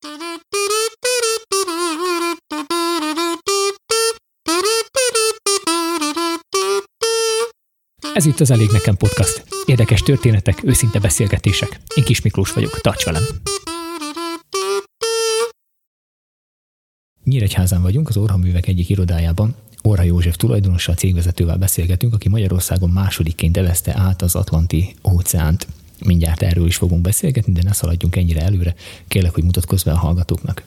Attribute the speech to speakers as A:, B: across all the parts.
A: Ez itt az Elég Nekem Podcast. Érdekes történetek, őszinte beszélgetések. Én Kis Miklós vagyok, tarts velem! Nyíregyházán vagyunk, az Orha Művek egyik irodájában. Orha József tulajdonossal, cégvezetővel beszélgetünk, aki Magyarországon másodikként evezte át az Atlanti-óceánt. Mindjárt erről is fogunk beszélgetni, de ne szaladjunk ennyire előre. Kérlek, hogy mutatkozz be a hallgatóknak.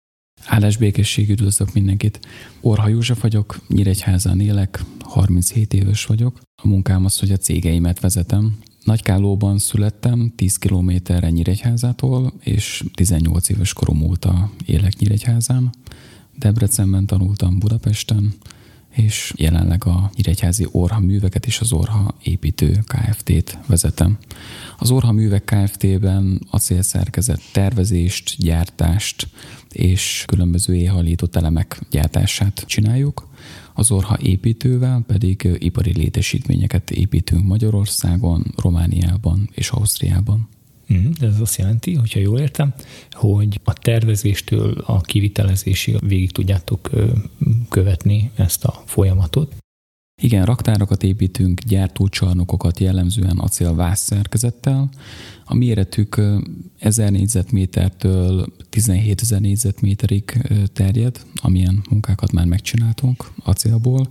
B: Áldás békesség, üdvözlök mindenkit. Orha József vagyok, Nyíregyházán élek, 37 éves vagyok. A munkám az, hogy a cégeimet vezetem. Nagykállóban születtem, 10 kilométerre Nyíregyházától, és 18 éves korom óta élek Nyíregyházán. Debrecenben tanultam, Budapesten, és jelenleg a nyíregyházi Orha Műveket és az Orha Építő Kft-t vezetem. Az Orha Művek Kft-ben acélszerkezet tervezést, gyártást és különböző éhajlított elemek gyártását csináljuk. Az Orha Építővel pedig ipari létesítményeket építünk Magyarországon, Romániában és Ausztriában.
A: Ez azt jelenti, hogyha jól értem, hogy a tervezéstől a kivitelezésig végig tudjátok követni ezt a folyamatot.
B: Igen, raktárakat építünk, gyártócsarnokokat jellemzően acélvászszerkezettel. A méretük 1000 négyzetmétertől 17 000 négyzetméterig terjed, amilyen munkákat már megcsináltunk acélból,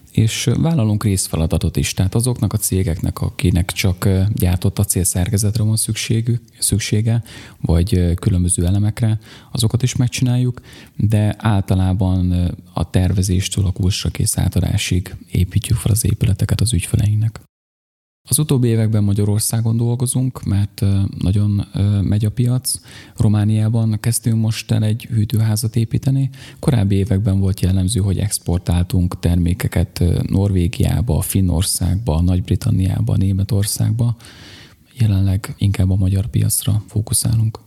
B: és vállalunk részfeladatot is, tehát azoknak a cégeknek, akinek csak gyártott acélszerkezetre van szüksége, vagy különböző elemekre, azokat is megcsináljuk, de általában a tervezéstől a kulcsra kész átadásig építjük fel az épületeket az ügyfeleinknek. Az utóbbi években Magyarországon dolgozunk, mert nagyon megy a piac. Romániában kezdtünk most el egy hűtőházat építeni. Korábbi években volt jellemző, hogy exportáltunk termékeket Norvégiába, Finnországba, Nagy-Britanniába, Németországba. Jelenleg inkább a magyar piacra fókuszálunk.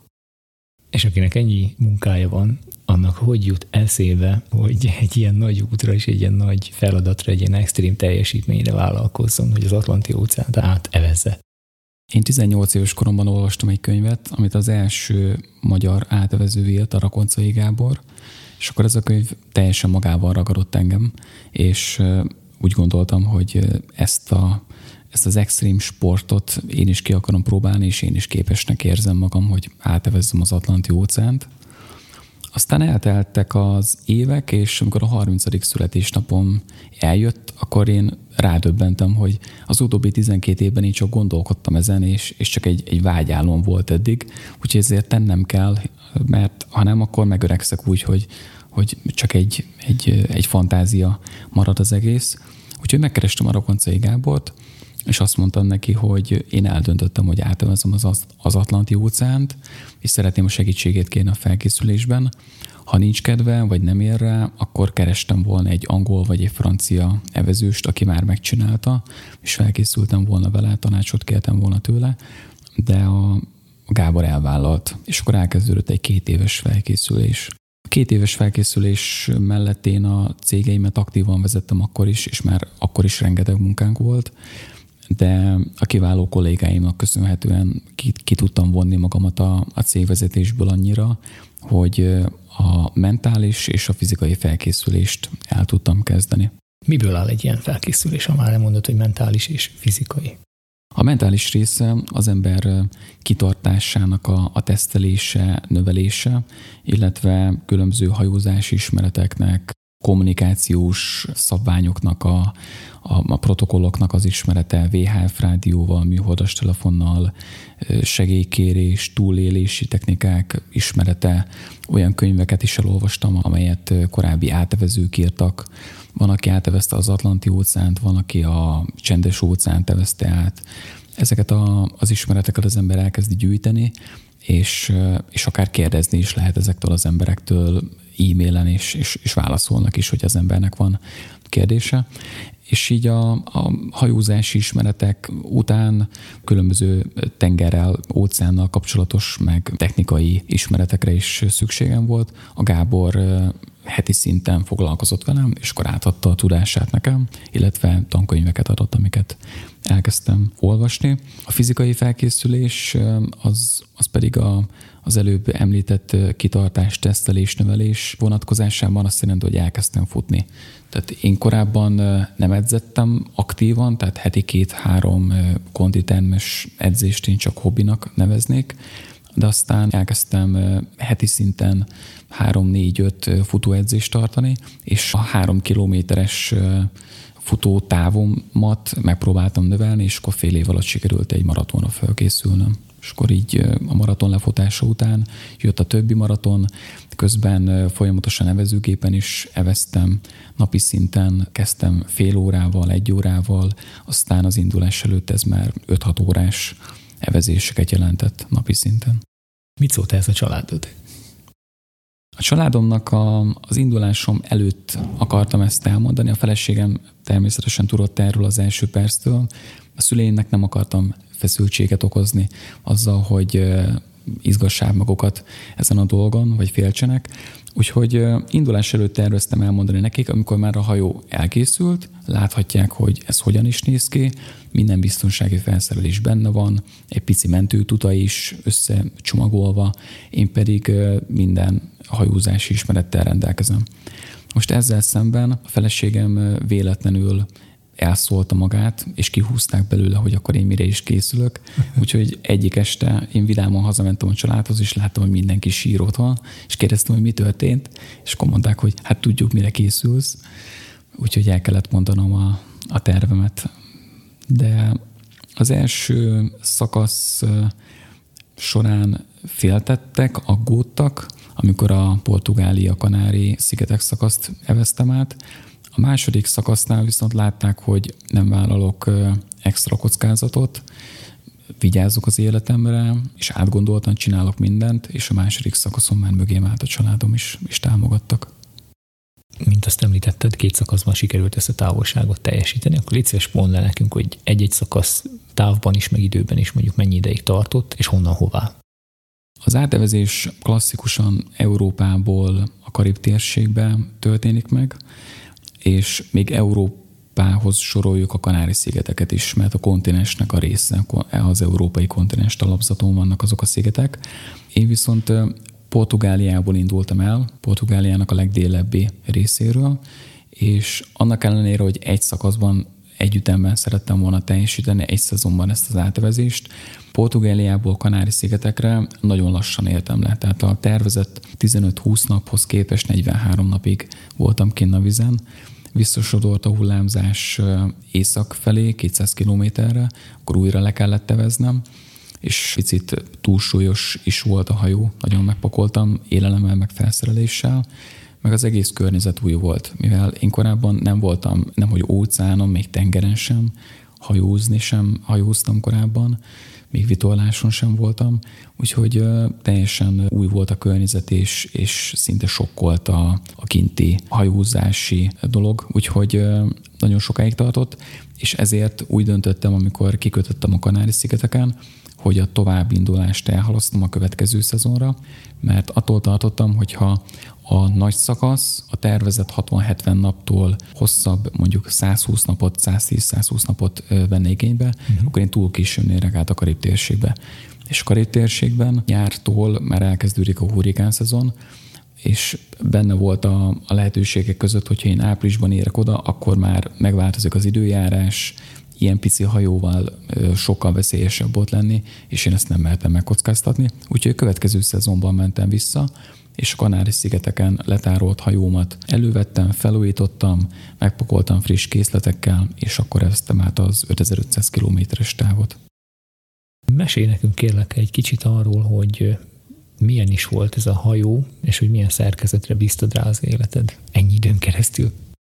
A: És akinek ennyi munkája van, annak hogy jut eszébe, hogy egy ilyen nagy útra és egy ilyen nagy feladatra, egy ilyen extrém teljesítményre vállalkozzon, hogy az Atlanti-óceánt átevezze?
B: Én 18 éves koromban olvastam egy könyvet, amit az első magyar átevező írt, a Rakoncai Gábor, és akkor ez a könyv teljesen magával ragadott engem, és úgy gondoltam, hogy ezt az extrém sportot én is ki akarom próbálni, és én is képesnek érzem magam, hogy átevezzem az Atlanti-óceánt. Aztán elteltek az évek, és amikor a 30. születésnapom eljött, akkor én rádöbbentem, hogy az utóbbi 12 évben én csak gondolkodtam ezen, és csak egy vágyálom volt eddig, úgyhogy ezért tennem kell, mert ha nem, akkor megöregszek úgy, hogy csak egy fantázia marad az egész. Úgyhogy megkerestem a Rakoncai Gábort, és azt mondtam neki, hogy én eldöntöttem, hogy átevezem az Atlanti-óceánt, és szeretném a segítségét kérni a felkészülésben. Ha nincs kedve, vagy nem ér rá, akkor kerestem volna egy angol vagy egy francia evezőst, aki már megcsinálta, és felkészültem volna vele, tanácsot kértem volna tőle, de a Gábor elvállalt, és akkor elkezdődött egy 2 éves felkészülés. A 2 éves felkészülés mellett én a cégeimet aktívan vezettem akkor is, és már akkor is rengeteg munkánk volt, de a kiváló kollégáimnak köszönhetően ki tudtam vonni magamat a cégvezetésből annyira, hogy a mentális és a fizikai felkészülést el tudtam kezdeni.
A: Miből áll egy ilyen felkészülés, ha már elmondod, hogy mentális és fizikai?
B: A mentális része az ember kitartásának a tesztelése, növelése, illetve különböző hajózási ismereteknek, kommunikációs szabványoknak, a protokolloknak az ismerete, VHF rádióval, műholdas telefonnal, segélykérés, túlélési technikák ismerete, olyan könyveket is elolvastam, amelyet korábbi átevezők írtak. Van, aki átevezte az Atlanti-óceánt, van, aki a Csendes-óceánt evezte át. Ezeket az ismereteket az ember elkezdi gyűjteni, és akár kérdezni is lehet ezektől az emberektől e-mailen, és válaszolnak is, hogy az embernek van kérdése. És így a hajózási ismeretek után különböző tengerrel, óceánnal kapcsolatos, meg technikai ismeretekre is szükségem volt. A Gábor heti szinten foglalkozott velem, és akkor átadta a tudását nekem, illetve tankönyveket adott, amiket elkezdtem olvasni. A fizikai felkészülés az pedig az előbb említett kitartás, tesztelés, növelés vonatkozásában azt jelenti, hogy elkezdtem futni. Tehát én korábban nem edzettem aktívan, tehát heti 2-3 konditermes edzést én csak hobbinak neveznék, de aztán elkezdtem heti szinten 3-4-5 futóedzést tartani, és a 3 kilométeres futó távomat megpróbáltam növelni, és akkor fél év alatt sikerült egy maratonra felkészülnöm. És akkor így a maraton lefutása után jött a többi maraton, közben folyamatosan evezőgépen is eveztem, napi szinten kezdtem fél órával, 1 órával, aztán az indulás előtt ez már 5-6 órás evezéseket jelentett napi szinten.
A: Mit szólt ez a családod?
B: A családomnak az indulásom előtt akartam ezt elmondani, a feleségem természetesen tudott erről az első perctől. A szüleimnek nem akartam feszültséget okozni azzal, hogy izgassák magukat ezen a dolgon, vagy féltsenek. Úgyhogy indulás előtt terveztem elmondani nekik, amikor már a hajó elkészült, láthatják, hogy ez hogyan is néz ki, minden biztonsági felszerelés benne van, egy pici mentőtuta is összecsomagolva, én pedig minden hajózási ismerettel rendelkezem. Most ezzel szemben a feleségem véletlenül elszólta magát, és kihúzták belőle, hogy akkor én mire is készülök. Úgyhogy egyik este én vidáman hazamentem a családhoz, és láttam, hogy mindenki sír otthon, és kérdeztem, hogy mi történt, és akkor mondták, hogy hát tudjuk, mire készülsz. Úgyhogy el kellett mondanom a tervemet. De az első szakasz során féltettek, aggódtak, amikor a Portugália-Kanári szigetek szakaszt eveztem át. A második szakasznál viszont látták, hogy nem vállalok extra kockázatot, vigyázok az életemre, és átgondoltan csinálok mindent, és a második szakaszon már mögém állt a családom is, és támogattak.
A: Mint azt említetted, 2 szakaszban sikerült ezt a távolságot teljesíteni, akkor légy szíves, mondd le nekünk, hogy egy-egy szakasz távban is, meg időben is mondjuk mennyi ideig tartott, és honnan hová.
B: Az átevezés klasszikusan Európából a Karib térségbe történik meg, és még Európához soroljuk a Kanári-szigeteket is, mert a kontinensnek a része, az európai kontinens talapzaton vannak azok a szigetek. Én viszont Portugáliából indultam el, Portugáliának a legdélebbi részéről, és annak ellenére, hogy egy szakaszban egy ütemben szerettem volna teljesíteni, egy szezonban ezt az átevezést, Portugáliából Kanári-szigetekre nagyon lassan éltem le. Tehát a tervezett 15-20 naphoz képest 43 napig voltam kinn a vizen. Visszasodort a hullámzás észak felé, 200 kilométerre, akkor újra le kellett eveznem, és picit túlsúlyos is volt a hajó, nagyon megpakoltam élelemmel, meg felszereléssel, meg az egész környezet új volt, mivel én korábban nem voltam, nemhogy óceánon, még tengeren sem, hajózni sem hajóztam korábban, még vitorláson sem voltam, úgyhogy teljesen új volt a környezet, és szinte sokkolt a kinti hajózási dolog, úgyhogy nagyon sokáig tartott, és ezért úgy döntöttem, amikor kikötöttem a Kanári-szigeteken, hogy a továbbindulást elhalasztom a következő szezonra, mert attól tartottam, hogyha a nagy szakasz a tervezett 60-70 naptól hosszabb, mondjuk 120 napot, 110-120 napot venne igénybe, akkor én túl későn érek át a Karib térségbe. És a Karib térségben nyártól már elkezdődik a hurrikán szezon, és benne volt a lehetőségek között, hogyha én áprilisban érek oda, akkor már megváltozik az időjárás, ilyen pici hajóval sokkal veszélyesebb volt lenni, és én ezt nem mertem megkockáztatni. Úgyhogy a következő szezonban mentem vissza, és a Kanári-szigeteken letárolt hajómat elővettem, felújítottam, megpakoltam friss készletekkel, és akkor eveztem át az 5500 kilométeres távot.
A: Mesélj nekünk kérlek egy kicsit arról, hogy milyen is volt ez a hajó, és hogy milyen szerkezetre bíztad rá az életed ennyi időn keresztül.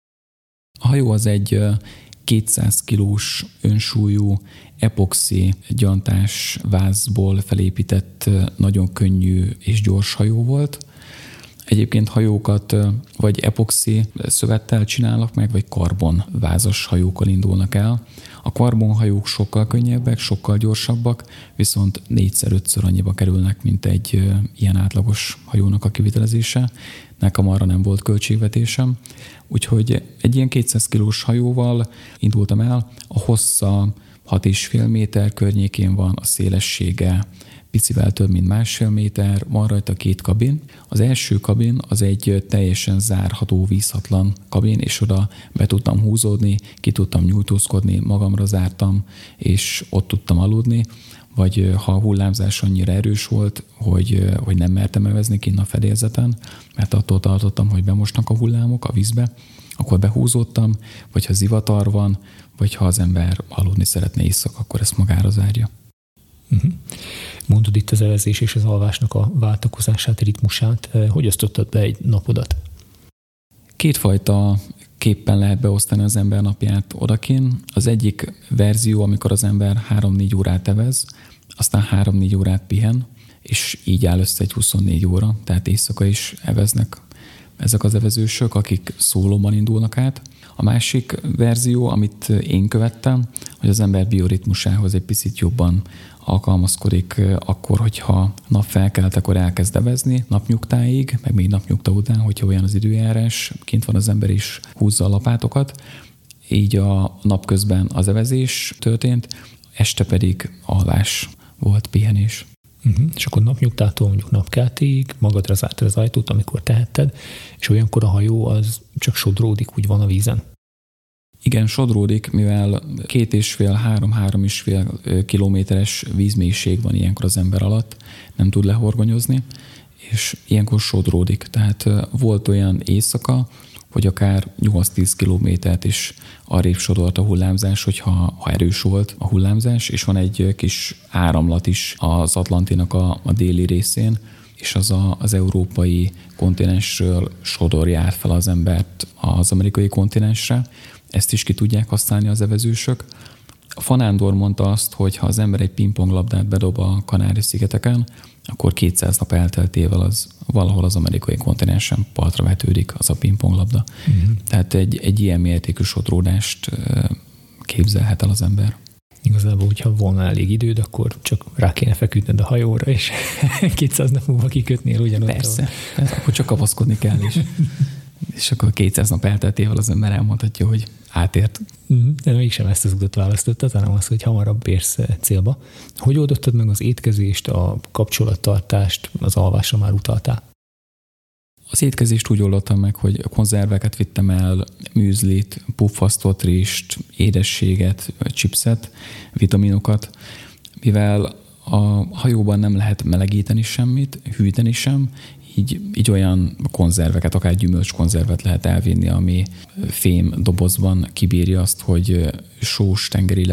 B: A hajó az egy 200 kilós önsúlyú epoxi gyantás vázból felépített nagyon könnyű és gyors hajó volt. Egyébként hajókat vagy epoxi szövettel csinálnak meg, vagy karbonvázas hajókkal indulnak el. A karbonhajók sokkal könnyebbek, sokkal gyorsabbak, viszont 4-5-ször annyiba kerülnek, mint egy ilyen átlagos hajónak a kivitelezése. Nekem arra nem volt költségvetésem. Úgyhogy egy ilyen 200 kilós hajóval indultam el, a hossza 6,5 méter környékén van, a szélessége picivel több, mint 1,5 méter, van rajta 2 kabin. Az első kabin az egy teljesen zárható, vízhatlan kabin, és oda be tudtam húzódni, ki tudtam nyújtózkodni, magamra zártam, és ott tudtam aludni, vagy ha a hullámzás annyira erős volt, hogy nem mertem evezni kint a fedélzeten, mert attól tartottam, hogy bemosnak a hullámok a vízbe, akkor behúzódtam, vagy ha zivatar van, vagy ha az ember aludni szeretne éjszaka, akkor ezt magára zárja.
A: Uh-huh. Mondod itt az evezés és az alvásnak a váltakozását, ritmusát. Hogy osztottad be egy napodat?
B: 2 fajta képpen lehet beosztani az ember napját odakin. Az egyik verzió, amikor az ember 3-4 órát evez, aztán 3-4 órát pihen, és így áll össze egy 24 óra, tehát éjszaka is eveznek ezek az evezősök, akik szólóban indulnak át. A másik verzió, amit én követtem, hogy az ember bioritmusához egy picit jobban alkalmazkodik akkor, hogyha nap felkelt, akkor elkezd evezni napnyugtáig, meg még napnyugta után, hogyha olyan az időjárás, kint van az ember is húzza a lapátokat. Így a napközben az evezés történt, este pedig alvás volt, pihenés.
A: Uh-huh. És akkor napnyugtától mondjuk napkeltéig magadra zártad az ajtót, amikor tehetted, és olyankor a hajó az csak sodródik, úgy van a vízen.
B: Igen, sodródik, mivel 2,5-3,5 kilométeres vízmélység van ilyenkor az ember alatt, nem tud lehorgonyozni, és ilyenkor sodródik. Tehát volt olyan éjszaka, hogy akár 8-10 kilométert is arrébb sodort a hullámzás, hogyha erős volt a hullámzás, és van egy kis áramlat is az Atlantinak a déli részén, és az európai kontinensről sodorja át fel az embert az amerikai kontinensre. Ezt is ki tudják használni az evezősök. A Fanándor mondta azt, hogy ha az ember egy pingponglabdát bedob a Kanári-szigeteken, akkor 200 nap elteltével az valahol az amerikai kontinensen partra vetődik az a pingponglabda. Uh-huh. Tehát egy ilyen mértékű sodródást képzelhet el az ember.
A: Igazából, hogyha volna elég időd, akkor csak rá kéne feküdned a hajóra, és 200 nap múlva kikötnél ugyanott.
B: Persze, akkor csak kapaszkodni kell is. És akkor 200 nap elteltével az ember elmondhatja, hogy átért.
A: De mégsem ezt az utat választottad, hanem az, hogy hamarabb érsz célba. Hogy oldottad meg az étkezést, a kapcsolattartást, az alvásra már utaltál?
B: Az étkezést úgy oldottam meg, hogy konzerveket vittem el, műzlit, puffasztott rizst, édességet, chipset, vitaminokat, mivel a hajóban nem lehet melegíteni semmit, hűteni sem, így olyan konzerveket, akár gyümölcskonzervet lehet elvinni, ami fém dobozban kibírja azt, hogy sós tengeri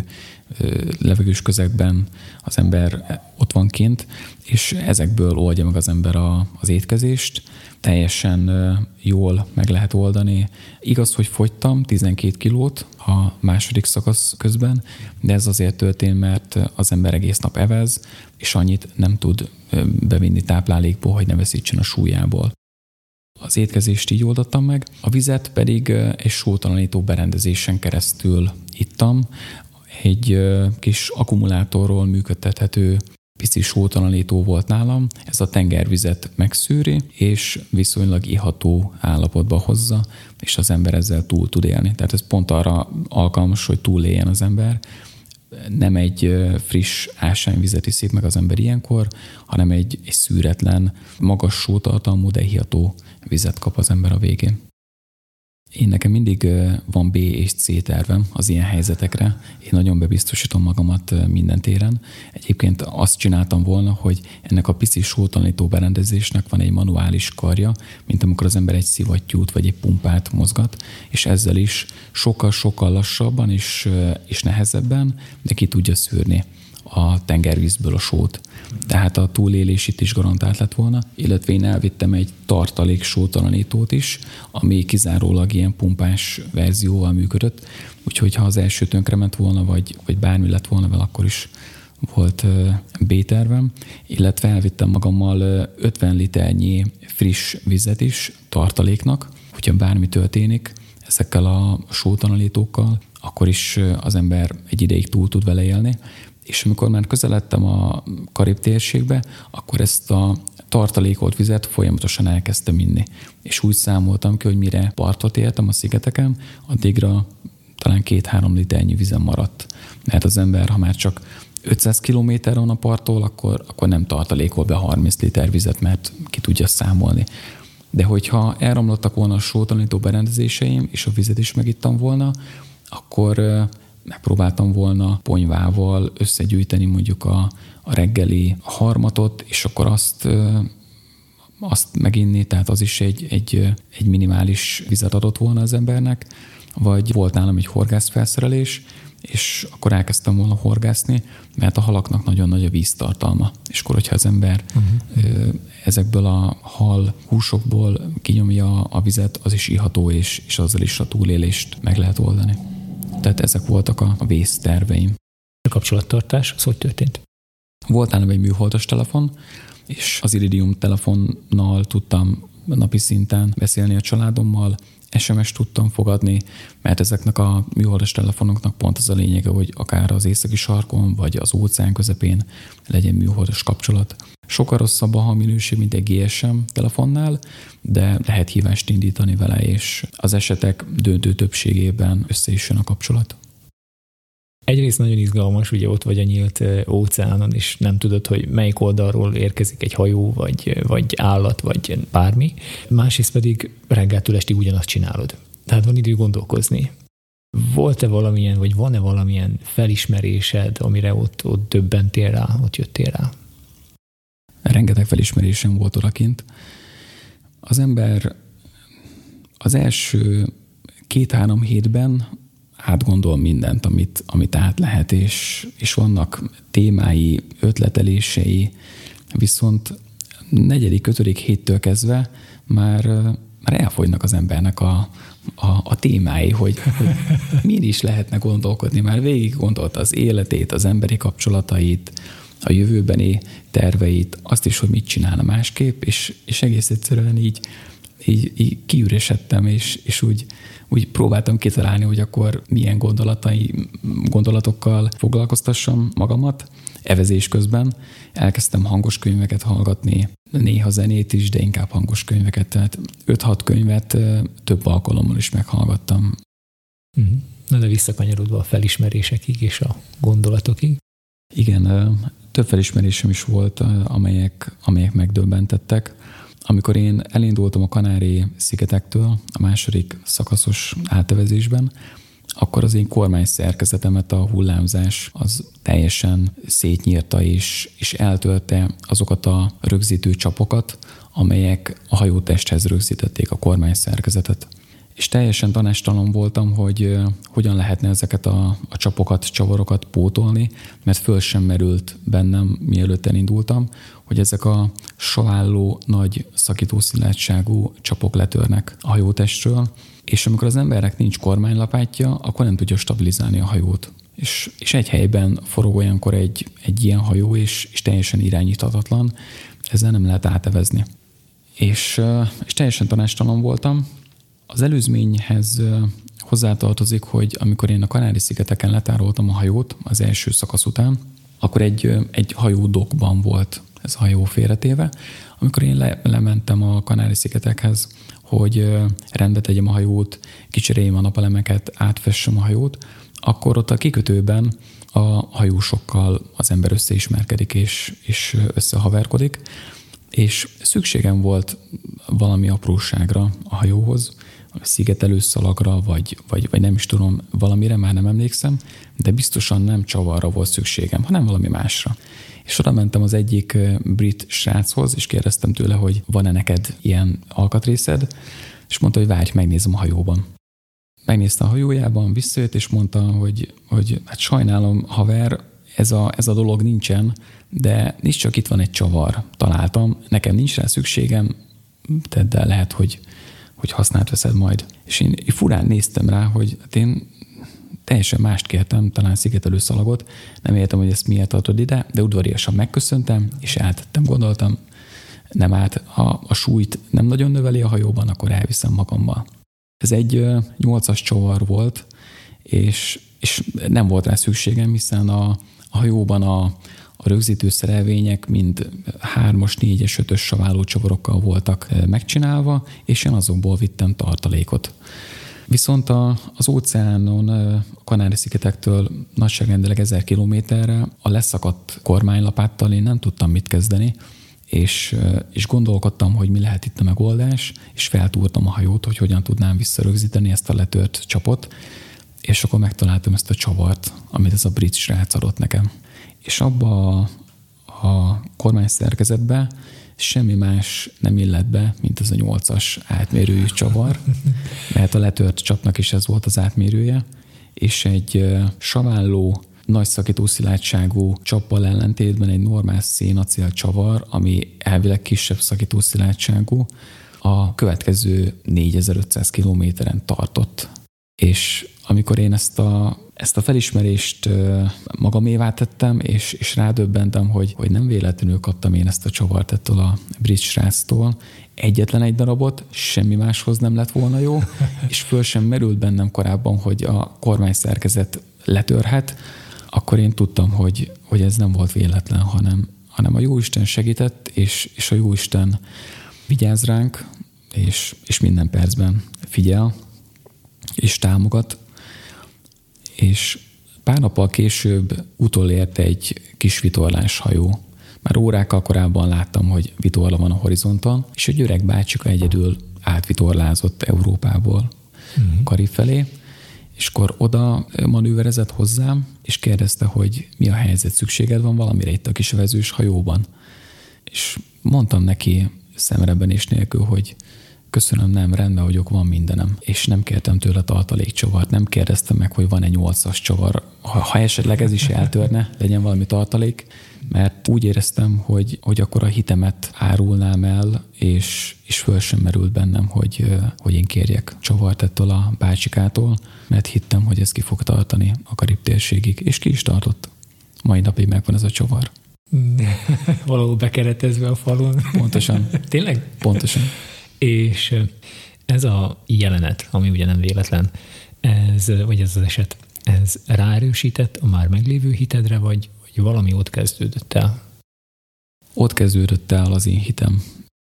B: levegős közegben az ember ott van kint, és ezekből oldja meg az ember az étkezést. Teljesen jól meg lehet oldani. Igaz, hogy fogytam 12 kilót a második szakasz közben, de ez azért történt, mert az ember egész nap evez, és annyit nem tud bevinni táplálékból, hogy ne veszítsen a súlyából. Az étkezést így oldottam meg, a vizet pedig egy sótalanító berendezésen keresztül ittam. Egy kis akkumulátorról működtethető pici sótalanító volt nálam, ez a tengervizet megszűri, és viszonylag iható állapotba hozza, és az ember ezzel túl tud élni. Tehát ez pont arra alkalmas, hogy túléljen az ember. Nem egy friss ásványvizet iszik meg az ember ilyenkor, hanem egy szűretlen, magas sótartalmú, de iható vizet kap az ember a végén. Én nekem mindig van B és C tervem az ilyen helyzetekre. Én nagyon bebiztosítom magamat minden téren. Egyébként azt csináltam volna, hogy ennek a pici sótalanító berendezésnek van egy manuális karja, mint amikor az ember egy szivattyút vagy egy pumpát mozgat, és ezzel is sokkal-sokkal lassabban és nehezebben, de ki tudja szűrni a tengervízből a sót. Tehát a túlélés itt is garantált lett volna, illetve én elvittem egy tartalék sótalanítót is, ami kizárólag ilyen pumpás verzióval működött, úgyhogy ha az első tönkrement volna, vagy bármi lett volna vele, akkor is volt B-tervem, illetve elvittem magammal 50 liternyi friss vizet is tartaléknak, hogyha bármi történik ezekkel a sótalanítókkal, akkor is az ember egy ideig túl tud vele élni. És amikor már közeledtem a Karib térségbe, akkor ezt a tartalékolt vizet folyamatosan elkezdtem inni. És úgy számoltam ki, hogy mire partot értem a szigeteken, addigra talán 2-3 liternyi vizem maradt. Mert az ember, ha már csak 500 kilométerre van a parttól, akkor nem tartalékol be 30 liter vizet, mert ki tudja számolni. De hogyha elromlottak volna a sótalanító berendezéseim, és a vizet is megittam volna, akkor megpróbáltam volna ponyvával összegyűjteni mondjuk a reggeli harmatot, és akkor azt meginni, tehát az is egy minimális vizet adott volna az embernek, vagy volt nálam egy horgászfelszerelés, és akkor elkezdtem volna horgászni, mert a halaknak nagyon nagy a víztartalma. És akkor, hogyha az ember ezekből a hal húsokból kinyomja a vizet, az is iható, és azzal is a túlélést meg lehet oldani. Tehát ezek voltak a vészterveim.
A: A kapcsolattartás, az hogy történt?
B: Volt nálam egy műholdas telefon, és az Iridium telefonnal tudtam napi szinten beszélni a családommal, SMS-t tudtam fogadni, mert ezeknek a műholdas telefonoknak pont az a lényege, hogy akár az északi sarkon, vagy az óceán közepén legyen műholdas kapcsolat. Sokkal rosszabb a hangminőség, mint egy GSM telefonnál, de lehet hívást indítani vele, és az esetek döntő többségében össze is jön a kapcsolat.
A: Egyrészt nagyon izgalmas, ugye ott vagy a nyílt óceánon, és nem tudod, hogy melyik oldalról érkezik egy hajó, vagy állat, vagy bármi. Másrészt pedig reggeltől estig ugyanazt csinálod. Tehát van idő gondolkozni. Volt-e valamilyen, vagy van-e valamilyen felismerésed, amire ott döbbentél rá, ott jöttél rá?
B: Rengeteg felismerésem volt odakint. Az ember az első 2-3 hétben átgondol mindent, amit át lehet, és vannak témái, ötletelései, viszont 4.-5. héttől kezdve már elfogynak az embernek a témái, hogy min is lehetne gondolkodni. Már végig gondolta az életét, az emberi kapcsolatait, a jövőbeni terveit, azt is, hogy mit csinálna másképp, és egész egyszerűen így kiüresedtem, és úgy próbáltam kitalálni, hogy akkor milyen gondolatokkal foglalkoztassam magamat. Evezés közben elkezdtem hangos könyveket hallgatni, néha zenét is, de inkább hangos könyveket, tehát 5-6 könyvet több alkalommal is meghallgattam.
A: Na de visszakanyarodva a felismerésekig és a gondolatokig.
B: Igen, több felismerésem is volt, amelyek megdöbbentettek. Amikor én elindultam a Kanári-szigetektől a második szakaszos átevezésben, akkor az én kormány szerkezetemet a hullámzás az teljesen szétnyírta és eltölte azokat a rögzítő csapokat, amelyek a hajótesthez rögzítették a kormány szerkezetet. És teljesen tanástalan voltam, hogy hogyan lehetne ezeket a csapokat, csavarokat pótolni, mert föl sem merült bennem, mielőtt elindultam, hogy ezek a salálló, nagy szakítószilárdságú csapok letörnek a hajótestről, és amikor az embernek nincs kormánylapátja, akkor nem tudja stabilizálni a hajót. És egy helyben forog olyankor egy ilyen hajó, és teljesen irányíthatatlan, ezzel nem lehet átevezni. És teljesen tanástalan voltam. Az előzményhez hozzátartozik, hogy amikor én a Kanári-szigeteken letároltam a hajót az első szakasz után, akkor egy hajódokban volt ez a hajó félretéve. Amikor én lementem a Kanári-szigetekhez, hogy rendbe tegyem a hajót, kicseréljem a napelemeket, átfessem a hajót, akkor ott a kikötőben a hajósokkal az ember összeismerkedik és összehaverkodik, és szükségem volt valami apróságra a hajóhoz, szigetelőszalagra, vagy nem is tudom, valamire, már nem emlékszem, de biztosan nem csavarra volt szükségem, hanem valami másra. És oda mentem az egyik brit sráchoz, és kérdeztem tőle, hogy van-e neked ilyen alkatrészed, és mondta, hogy várj, megnézem a hajóban. Megnézte a hajójában, visszajött, és mondta, hogy hát sajnálom, haver, ez a dolog nincsen, de nincs, csak itt van egy csavar. Találtam, nekem nincs rá szükségem, tedd el, lehet, hogy használt veszed majd. És én furán néztem rá, hogy hát én teljesen mást kértem, talán szigetelőszalagot, nem értem, hogy ezt miért adod ide, de udvariasan megköszöntem, és eltettem, gondoltam, nem árt, ha a súlyt nem nagyon növeli a hajóban, akkor elviszem magammal. Ez egy 8-as csavar volt, és nem volt rá szükségem, hiszen a hajóban a rögzítő szerelvények mind 3-as, 4-es, 5-ös saváló csavarokkal voltak megcsinálva, és én azokból vittem tartalékot. Viszont az óceánon, a Kanári-szigetektől nagyságrendileg 1000 kilométerre a leszakadt kormánylapáttal én nem tudtam mit kezdeni, és gondolkodtam, hogy mi lehet itt a megoldás, és feltúrtam a hajót, hogy hogyan tudnám visszarögzíteni ezt a letört csapot, és akkor megtaláltam ezt a csavart, amit ez a brit srác adott nekem. És abba a kormányszerkezetbe semmi más nem illett be, mint ez a 8-as átmérőjű csavar, mert a letört csapnak is ez volt az átmérője, és egy saválló, nagy szakítószilárdságú csappal ellentétben egy normál szénacél csavar, ami elvileg kisebb szakítószilárdságú, a következő 4500 kilométeren tartott. És amikor én ezt a felismerést magamévá tettem, és rádöbbentem, hogy nem véletlenül kaptam én ezt a csavart ettől a brit sráctól, egyetlen egy darabot, semmi máshoz nem lett volna jó, és föl sem merült bennem korábban, hogy a kormányszerkezet letörhet, akkor én tudtam, hogy ez nem volt véletlen, hanem a Jóisten segített, és a Jóisten vigyáz ránk, és minden percben figyel, és támogat, és pár nappal később utolért egy kis vitorláshajó. Már órákkal korábban láttam, hogy vitorla van a horizonton, és egy öreg bácsika egyedül átvitorlázott Európából Karib felé, és akkor oda manőverezett hozzám, és kérdezte, hogy mi a helyzet, szükséged van valamire itt a kisevezős hajóban. És mondtam neki szemrebbenés nélkül, hogy köszönöm, nem, rendben vagyok, van mindenem. És nem kértem tőle tartalékcsavart, nem kérdeztem meg, hogy van-e 8-as csavar. Ha esetleg ez is eltörne, legyen valami tartalék, mert úgy éreztem, hogy akkor a hitemet árulnám el, és föl sem merült bennem, hogy én kérjek csavart ettől a bácsikától, mert hittem, hogy ez ki fog tartani a Karib térségig, és ki is tartott. Mai napig megvan ez a csavar.
A: Valahol bekeretezve a falon.
B: Pontosan.
A: Tényleg?
B: Pontosan.
A: És ez a jelenet, ami ugye nem véletlen, ez az eset, ez ráerősített a már meglévő hitedre, vagy valami ott kezdődött el?
B: Ott kezdődött el az én hitem.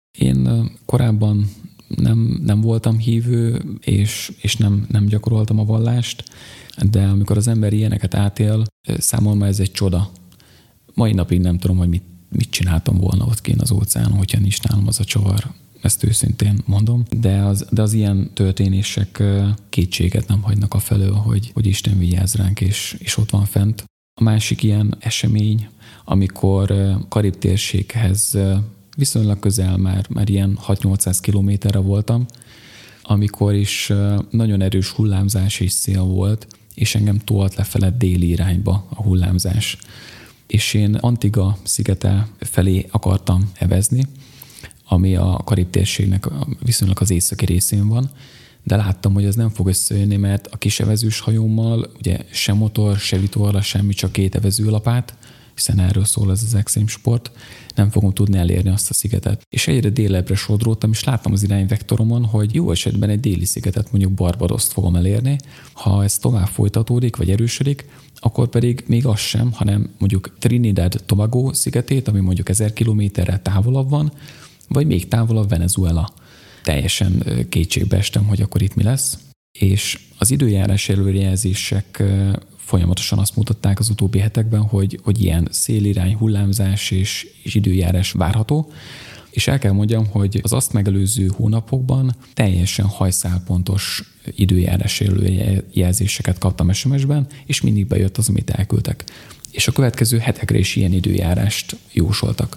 B: Én korábban nem voltam hívő, és nem gyakoroltam a vallást, de amikor az ember ilyeneket átél, számomra ez egy csoda. Mai napig nem tudom, hogy mit csináltam volna ott kint az óceánon, hogyha nincs nálam az a csavar. Ezt őszintén mondom, de az ilyen történések kétséget nem hagynak afelől, hogy Isten vigyáz ránk, és ott van fent. A másik ilyen esemény, amikor Karib térséghez viszonylag közel már ilyen 6-800 kilométerre voltam, amikor is nagyon erős hullámzás és szél volt, és engem tolt lefele déli irányba a hullámzás. És én Antigua szigete felé akartam evezni, ami a Karib térségnek viszonylag az északi részén van, de láttam, hogy ez nem fog összejönni, mert a kis evezős hajómmal ugye se motor, se vitorla, semmi, csak 2 evezőlapát, hiszen erről szól ez az extrém sport, nem fogom tudni elérni azt a szigetet. És egyre délebbre sodródtam, és láttam az irányvektoromon, hogy jó esetben egy déli szigetet, mondjuk Barbadoszt fogom elérni. Ha ez tovább folytatódik, vagy erősödik, akkor pedig még az sem, hanem mondjuk Trinidad-Tobago szigetét, ami mondjuk 1000 kilométerrel távolabb van, vagy még távolabb Venezuela. Teljesen kétségbe estem, hogy akkor itt mi lesz. És az időjárás előrejelzések folyamatosan azt mutatták az utóbbi hetekben, hogy ilyen szélirány, hullámzás és időjárás várható. És el kell mondjam, hogy az azt megelőző hónapokban teljesen hajszálpontos időjárás előrejelzéseket kaptam SMS-ben, és mindig bejött az, amit elküldtek. És a következő hetekre is ilyen időjárást jósoltak.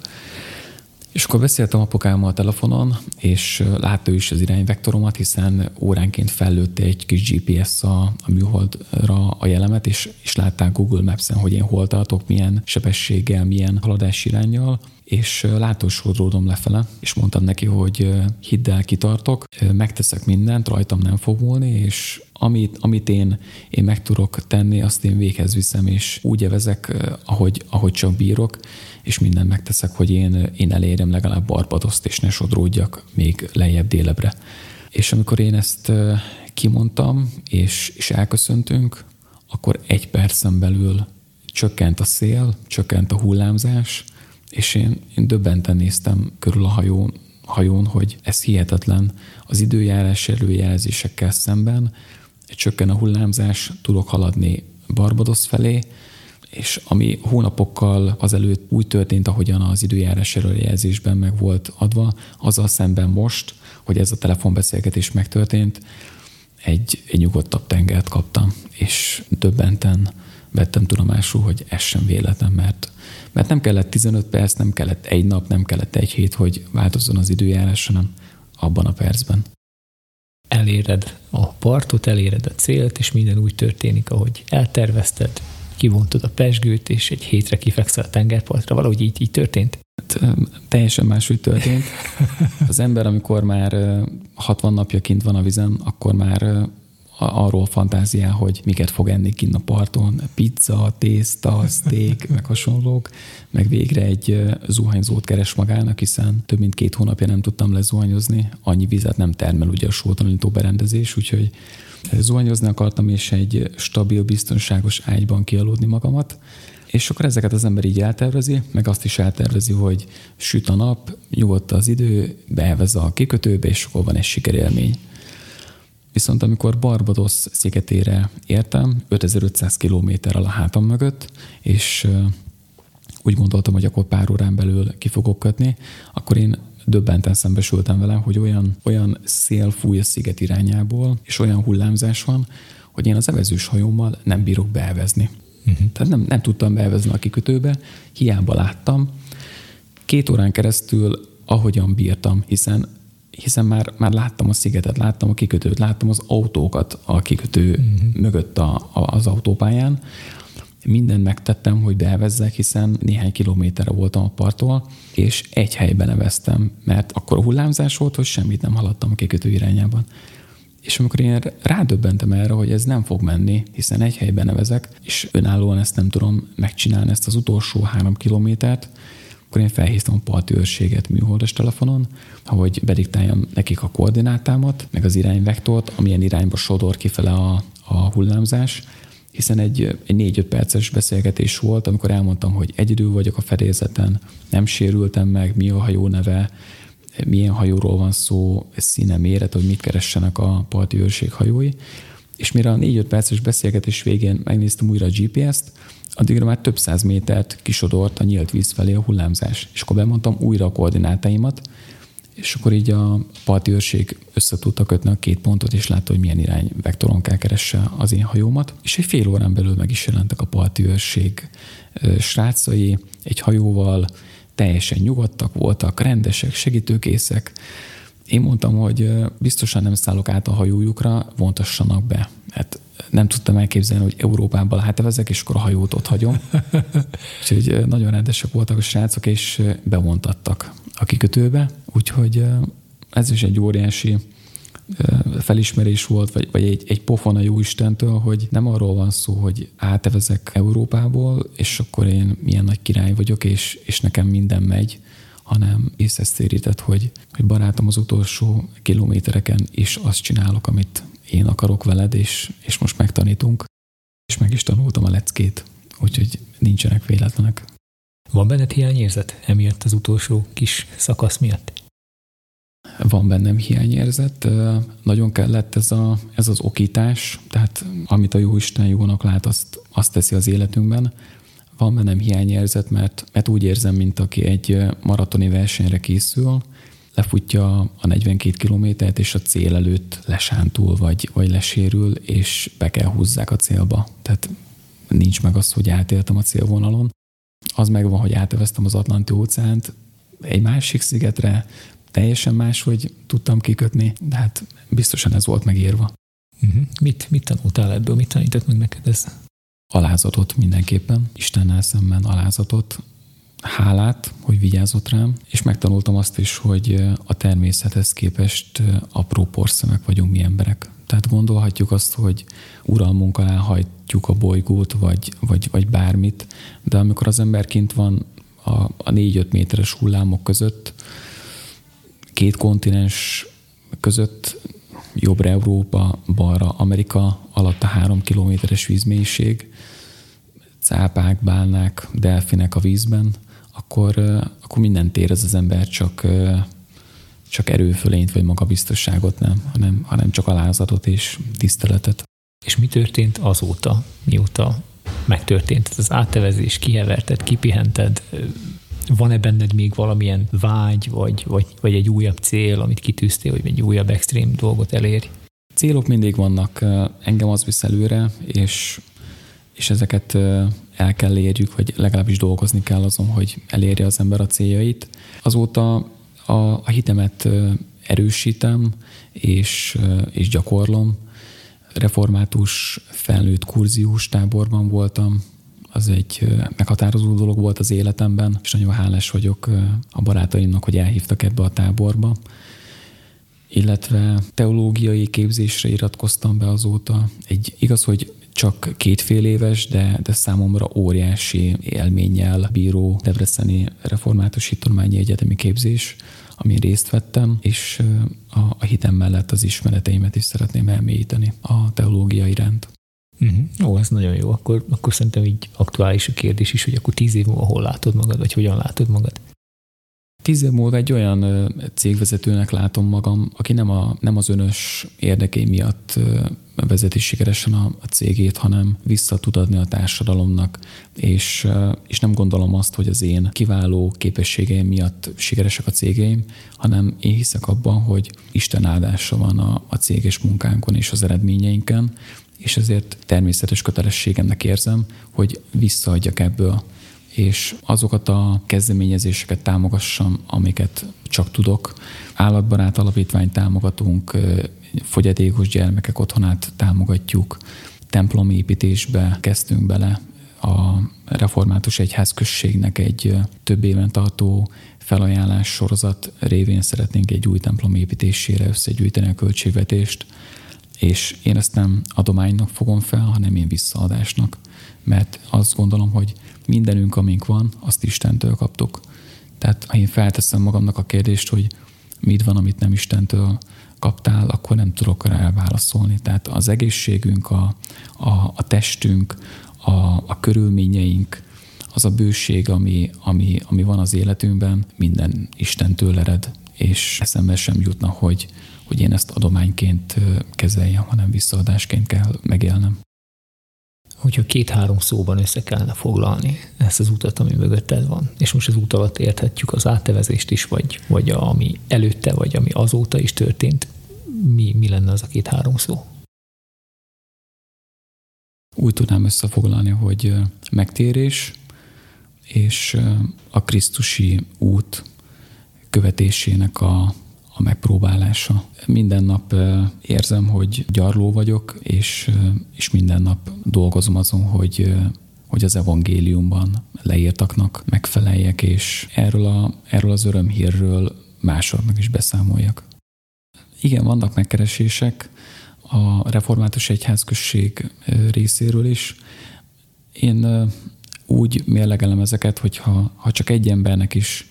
B: És akkor beszéltem apukámmal a telefonon, és látta ő is az irányvektoromat, hiszen óránként fellőtte egy kis GPS a műholdra a jelemet, és látták Google Maps-en, hogy én hol tartok, milyen sebességgel, milyen haladási iránnyal, és látósodródom lefele, és mondtam neki, hogy hidd el, kitartok, megteszek mindent, rajtam nem fog múlni, és amit én meg tudok tenni, azt én véghez viszem, és úgy evezek, ahogy csak bírok, és mindent megteszek, hogy én elérjem legalább Barbadoszt, és ne sodródjak még lejjebb délebre. És amikor én ezt kimondtam, és elköszöntünk, akkor 1 percen belül csökkent a szél, csökkent a hullámzás, és én döbbenten néztem körül a hajón, hajón, hogy ez hihetetlen. Az időjárás előjelzésekkel szemben csökken a hullámzás, tudok haladni Barbados felé, és ami hónapokkal azelőtt úgy történt, ahogyan az időjárás előjelzésben meg volt adva, azzal szemben most, hogy ez a telefonbeszélgetés megtörtént, egy nyugodtabb tengert kaptam, és döbbenten vettem tudomásul, hogy ez sem véletlen, mert nem kellett 15 perc, nem kellett egy nap, nem kellett egy hét, hogy változzon az időjárás, hanem abban a percben.
A: Eléred a partot, eléred a célt, és minden úgy történik, ahogy eltervezted, kivontod a pezsgőt, és egy hétre kifekszel a tengerpartra. Valahogy így történt?
B: Teljesen máshogy történt. Az ember, amikor már 60 napja kint van a vizen, akkor már arról fantáziál, hogy miket fog enni kint a parton. Pizza, tészta, steak, meg hasonlók. Meg végre egy zuhanyzót keres magának, hiszen több mint 2 hónapja nem tudtam lezuhanyozni. Annyi vizet nem termel ugye a sótalanító berendezés, úgyhogy zuhanyozni akartam, és egy stabil, biztonságos ágyban kialudni magamat. És akkor ezeket az ember így eltervezi, meg azt is eltervezi, hogy süt a nap, nyugodt az idő, beelvez a kikötőbe, és akkor van egy sikerélmény. Viszont amikor Barbados szigetére értem, 5500 kilométerrel a hátam mögött, és úgy gondoltam, hogy akkor pár órán belül ki fogok kötni, akkor én döbbenten szembesültem vele, hogy olyan szél fúj a sziget irányából, és olyan hullámzás van, hogy én az evezős hajómmal nem bírok beelvezni. Tehát nem tudtam beelvezni a kikötőbe, hiába láttam. 2 órán keresztül ahogyan bírtam, hiszen már láttam a szigetet, láttam a kikötőt, láttam az autókat a kikötő mögött az autópályán. Mindent megtettem, hogy beelvezzek, hiszen néhány kilométerre voltam a parttól, és egy helyben eveztem, mert akkor a hullámzás volt, hogy semmit nem haladtam a kikötő irányában. És amikor én rádöbbentem erre, hogy ez nem fog menni, hiszen egy helyben nevezek, és önállóan ezt nem tudom megcsinálni, ezt az utolsó 3 kilométert, akkor én felhívtam a parti őrséget műholdas telefonon, hogy bediktáljam nekik a koordinátámat, meg az irányvektort, amilyen irányba sodor kifele a hullámzás, hiszen egy 4-5 perces beszélgetés volt, amikor elmondtam, hogy egyedül vagyok a fedélzeten, nem sérültem meg, mi a hajó neve, milyen hajóról van szó, színe, méret, hogy mit keressenek a parti őrség hajói. És mire a 4-5 perces beszélgetés végén megnéztem újra a GPS-t, addigra már több 100 métert kisodort a nyílt víz felé a hullámzás. És akkor bemondtam újra a koordinátáimat, és akkor így a parti őrség össze tudta kötni a 2 pontot, és látta, hogy milyen irányvektoron kell keresse az én hajómat. És egy fél órán belül meg is jelentek a parti őrség srácai egy hajóval, teljesen nyugodtak voltak, rendesek, segítőkészek. Én mondtam, hogy biztosan nem szállok át a hajójukra, vontassanak be. Hát nem tudtam elképzelni, hogy Európában átevezek, és akkor a hajót ott hagyom. Úgyhogy nagyon rendesek voltak a srácok, és bevontattak a kikötőbe. Úgyhogy ez is egy óriási felismerés volt, vagy egy pofon a Jóistentől, hogy nem arról van szó, hogy átevezek Európából, és akkor én milyen nagy király vagyok, és nekem minden megy, hanem észesztérített, hogy barátom, az utolsó kilométereken is azt csinálok, amit én akarok veled, és most megtanítunk, és meg is tanultam a leckét, úgyhogy nincsenek véletlenek.
A: Van benned hiányérzet emiatt az utolsó kis szakasz miatt?
B: Van bennem hiányérzet, nagyon kellett ez az okítás, tehát amit a Jóisten jónak lát, azt teszi az életünkben. Van bennem hiányérzet, mert úgy érzem, mint aki egy maratoni versenyre készül, lefutja a 42 kilométert, és a cél előtt lesántul, vagy lesérül, és be kell húzzák a célba. Tehát nincs meg az, hogy átéltem a célvonalon. Az megvan, hogy áteveztem az Atlanti-óceánt egy másik szigetre, teljesen máshogy tudtam kikötni, de hát biztosan ez volt megírva.
A: Mit tanultál ebből? Mit tanított meg neked ez?
B: Alázatot mindenképpen, Istennel szemben alázatot, hálát, hogy vigyázott rám, és megtanultam azt is, hogy a természethez képest apró porszemek vagyunk mi emberek. Tehát gondolhatjuk azt, hogy uralmunk alá hajtjuk a bolygót, vagy bármit, de amikor az ember kint van a 4-5 méteres hullámok között, 2 kontinens között, jobbra Európa, balra Amerika, alatt a 3 kilométeres vízmélység, cápák, bálnák, delfinek a vízben, akkor mindent érez az ember, csak csak erőfölényt vagy magabiztosságot nem, hanem csak alázatot és tiszteletet.
A: És mi történt azóta, mióta megtörtént ez az áttevezés, kiheverted, kipihented? Van-e benned még valamilyen vágy, vagy egy újabb cél, amit kitűztél, hogy egy újabb extrém dolgot elérj?
B: Célok mindig vannak, engem az visz előre, és ezeket el kell érjük, vagy legalábbis dolgozni kell azon, hogy elérje az ember a céljait. Azóta a hitemet erősítem, és gyakorlom. Református felnőtt kurzius táborban voltam, az egy meghatározó dolog volt az életemben, és nagyon hálás vagyok a barátaimnak, hogy elhívtak ebbe a táborba. Illetve teológiai képzésre iratkoztam be azóta. Igaz, hogy csak 2 fél éves, de számomra óriási élménnyel bíró debreceni református hittudományi egyetemi képzés, amin részt vettem, és a hitem mellett az ismereteimet is szeretném elmélyíteni a teológia iránt.
A: Ó, ez nagyon jó. Akkor szerintem így aktuális a kérdés is, hogy akkor 10 év múlva hol látod magad, vagy hogyan látod magad?
B: 10 év múlva egy olyan cégvezetőnek látom magam, aki nem az önös érdekei miatt vezeti sikeresen a cégét, hanem vissza tud adni a társadalomnak, és nem gondolom azt, hogy az én kiváló képességeim miatt sikeresek a cégeim, hanem én hiszek abban, hogy Isten áldása van a céges munkánkon és az eredményeinken, és ezért természetes kötelességemnek érzem, hogy visszaadjak ebből, és azokat a kezdeményezéseket támogassam, amiket csak tudok. Állatbarát alapítványt támogatunk, fogyatékos gyermekek otthonát támogatjuk, templomépítésbe kezdtünk bele, a református egyházközségnek egy több éven tartó felajánlás sorozat révén szeretnénk egy új templom építésére összegyűjteni a költségvetést, és én ezt nem adománynak fogom fel, hanem én visszaadásnak, mert azt gondolom, hogy mindenünk, amink van, azt Istentől kaptuk. Tehát ha én felteszem magamnak a kérdést, hogy mit van, amit nem Istentől kaptál, akkor nem tudok rá válaszolni. Tehát az egészségünk, a testünk, a körülményeink, az a bőség, ami van az életünkben, minden Istentől ered, és eszembe sem jutna, hogy én ezt adományként kezeljem, hanem visszaadásként kell megélnem.
A: Hogyha 2-3 szóban össze kellene foglalni ezt az utat, ami mögötted van, és most az út alatt érthetjük az áttevezést is, vagy ami előtte, vagy ami azóta is történt, mi lenne az a 2-3 szó?
B: Úgy tudnám összefoglalni, hogy megtérés és a krisztusi út követésének a megpróbálása. Minden nap érzem, hogy gyarló vagyok, és minden nap dolgozom azon, hogy az evangéliumban leírtaknak megfeleljek, és erről az örömhírről másoknak is beszámoljak. Igen, vannak megkeresések a református egyházközség részéről is. Én úgy mérlegelem ezeket, hogy ha csak egy embernek is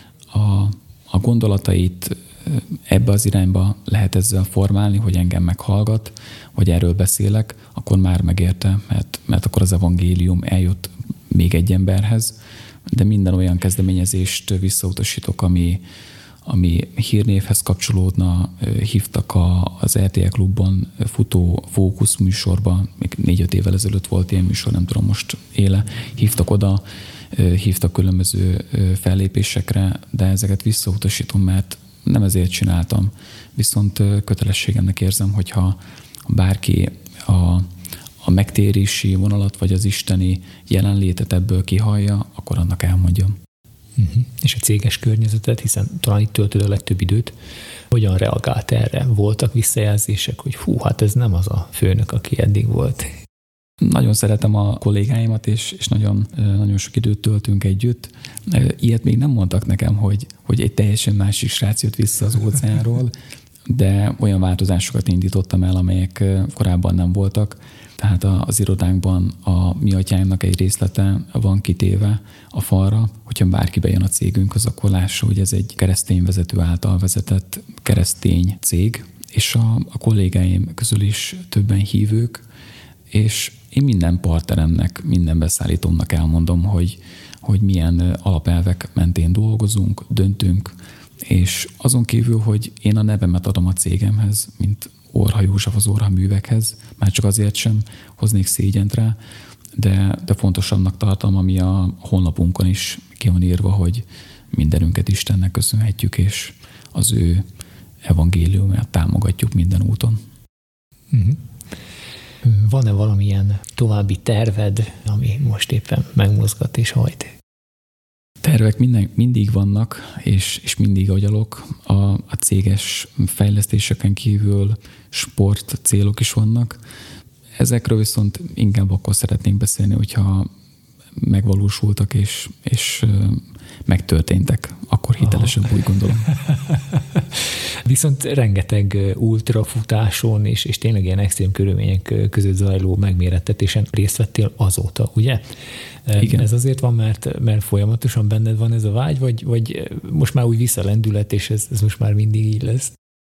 B: a gondolatait ebbe az irányba lehet ezzel formálni, hogy engem meghallgat, vagy erről beszélek, akkor már megérte, mert akkor az evangélium eljut még egy emberhez, de minden olyan kezdeményezést visszautasítok, ami hírnévhez kapcsolódna. Hívtak az RTL Klubban futó Fókusz műsorba, még 4-5 évvel ezelőtt volt ilyen műsor, nem tudom, most éle. Hívtak oda, hívtak különböző fellépésekre, de ezeket visszautasítom, mert nem ezért csináltam. Viszont kötelességemnek érzem, hogyha bárki a megtérési vonalat, vagy az isteni jelenlétet ebből kihallja, akkor annak elmondjam.
A: És a céges környezetet, hiszen talán itt töltöd a legtöbb időt, hogyan reagált erre? Voltak visszajelzések, hogy hát ez nem az a főnök, aki eddig volt?
B: Nagyon szeretem a kollégáimat, és nagyon, nagyon sok időt töltünk együtt. Ilyet még nem mondtak nekem, hogy egy teljesen másik srác jött vissza az óceánról, de olyan változásokat indítottam el, amelyek korábban nem voltak. Tehát az irodánkban a mi atyánknak egy részlete van kitéve a falra, hogyha bárki bejön a cégünkhöz, akkor lássa, hogy ez egy keresztény vezető által vezetett keresztény cég, és a kollégáim közül is többen hívők, és én minden partneremnek, minden beszállítómnak elmondom, hogy milyen alapelvek mentén dolgozunk, döntünk, És azon kívül, hogy én a nevemet adom a cégemhez, mint Orha József az Orha Művekhez, már csak azért sem hoznék szégyent rá, de fontosabbnak tartom, ami a honlapunkon is ki van írva, hogy mindenünket Istennek köszönhetjük, és az ő evangéliumát támogatjuk minden úton.
A: Van-e valamilyen további terved, ami most éppen megmozgat és hajt?
B: Tervek mindig vannak, és mindig agyalok. A céges fejlesztéseken kívül sport célok is vannak. Ezekről viszont inkább akkor szeretnénk beszélni, hogyha megvalósultak és megtörténtek, akkor hitelesebb, úgy gondolom.
A: Viszont rengeteg ultrafutáson és tényleg ilyen extrém körülmények között zajló megmérettetésen részt vettél azóta, ugye?
B: Igen.
A: Ez azért van, mert folyamatosan benned van ez a vágy, vagy most már úgy visszalendület, és ez most már mindig így lesz?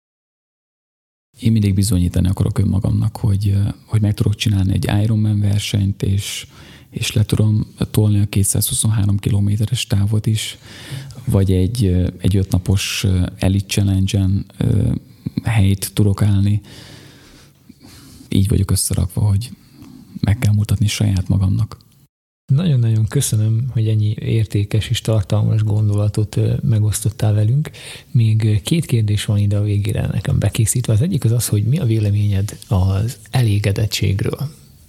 B: Én mindig bizonyítani akarok önmagamnak, hogy meg tudok csinálni egy Ironman versenyt, és le tudom tolni a 223 kilométeres távot is, vagy egy 5 napos Elite Challenge-en helyt tudok állni. Így vagyok összerakva, hogy meg kell mutatni saját magamnak.
A: Nagyon-nagyon köszönöm, hogy ennyi értékes és tartalmas gondolatot megosztottál velünk. Még 2 kérdés van ide a végére nekem bekészítve. Az egyik az, hogy mi a véleményed az elégedettségről?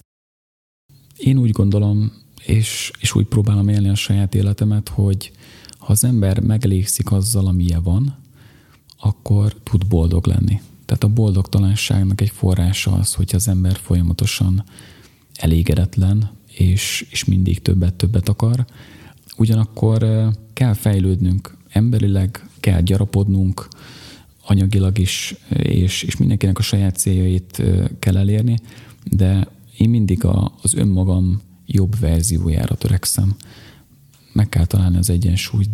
B: Én úgy gondolom, és úgy próbálom élni a saját életemet, hogy ha az ember megelégszik azzal, amilyen van, akkor tud boldog lenni. Tehát a boldogtalanságnak egy forrása az, hogy az ember folyamatosan elégedetlen, és mindig többet akar. Ugyanakkor kell fejlődnünk emberileg, kell gyarapodnunk anyagilag is, és mindenkinek a saját céljait kell elérni, de én mindig az önmagam jobb verziójára törekszem. Meg kell találni az egyensúlyt,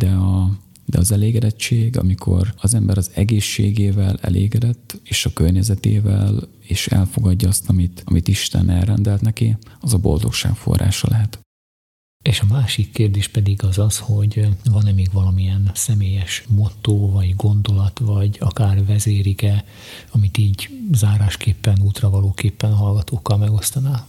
B: de az elégedettség, amikor az ember az egészségével elégedett, és a környezetével, és elfogadja azt, amit Isten elrendelt neki, az a boldogság forrása lehet.
A: És a másik kérdés pedig az, hogy van-e még valamilyen személyes motto, vagy gondolat, vagy akár vezérige, amit így zárásképpen, útravalóképpen hallgatókkal megosztanál?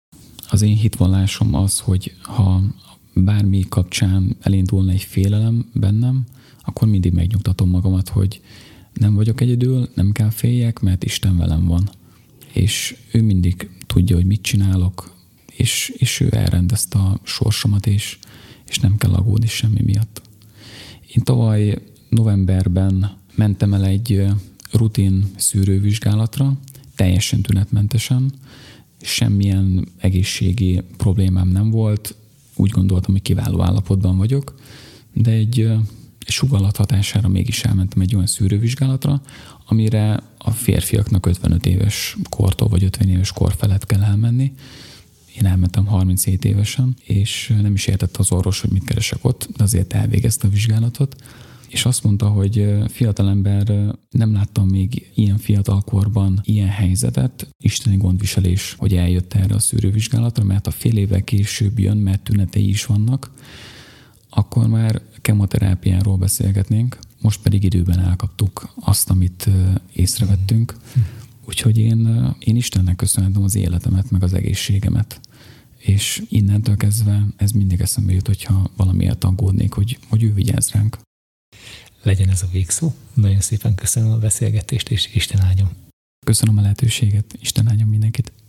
B: Az én hitvallásom az, hogy ha bármi kapcsán elindulna egy félelem bennem, akkor mindig megnyugtatom magamat, hogy nem vagyok egyedül, nem kell féljek, mert Isten velem van. És ő mindig tudja, hogy mit csinálok, és ő elrendezte a sorsomat, és nem kell aggódni semmi miatt. Én tavaly novemberben mentem el egy rutin szűrővizsgálatra, teljesen tünetmentesen, semmilyen egészségi problémám nem volt, úgy gondoltam, hogy kiváló állapotban vagyok, de egy sugalllat hatására mégis elmentem egy olyan szűrővizsgálatra, amire a férfiaknak 55 éves kortól vagy 50 éves kor felett kell elmenni. Én elmentem 37 évesen, és nem is értette az orvos, hogy mit keresek ott, de azért elvégezte a vizsgálatot, és azt mondta, hogy fiatalember, nem láttam még ilyen fiatalkorban ilyen helyzetet, isteni gondviselés, hogy eljött erre a szűrővizsgálatra, mert ha fél évvel később jön, mert tünetei is vannak, akkor már kemoterápiáról beszélgetnénk, most pedig időben elkaptuk azt, amit észrevettünk. Úgyhogy én Istennek köszönhetem az életemet, meg az egészségemet. És innentől kezdve ez mindig eszembe jut, hogyha valamiért aggódnék, hogy ő vigyáz ránk.
A: Legyen ez a végszó. Nagyon szépen köszönöm a beszélgetést, és Isten áldjon.
B: Köszönöm a lehetőséget, Isten áldjon mindenkit.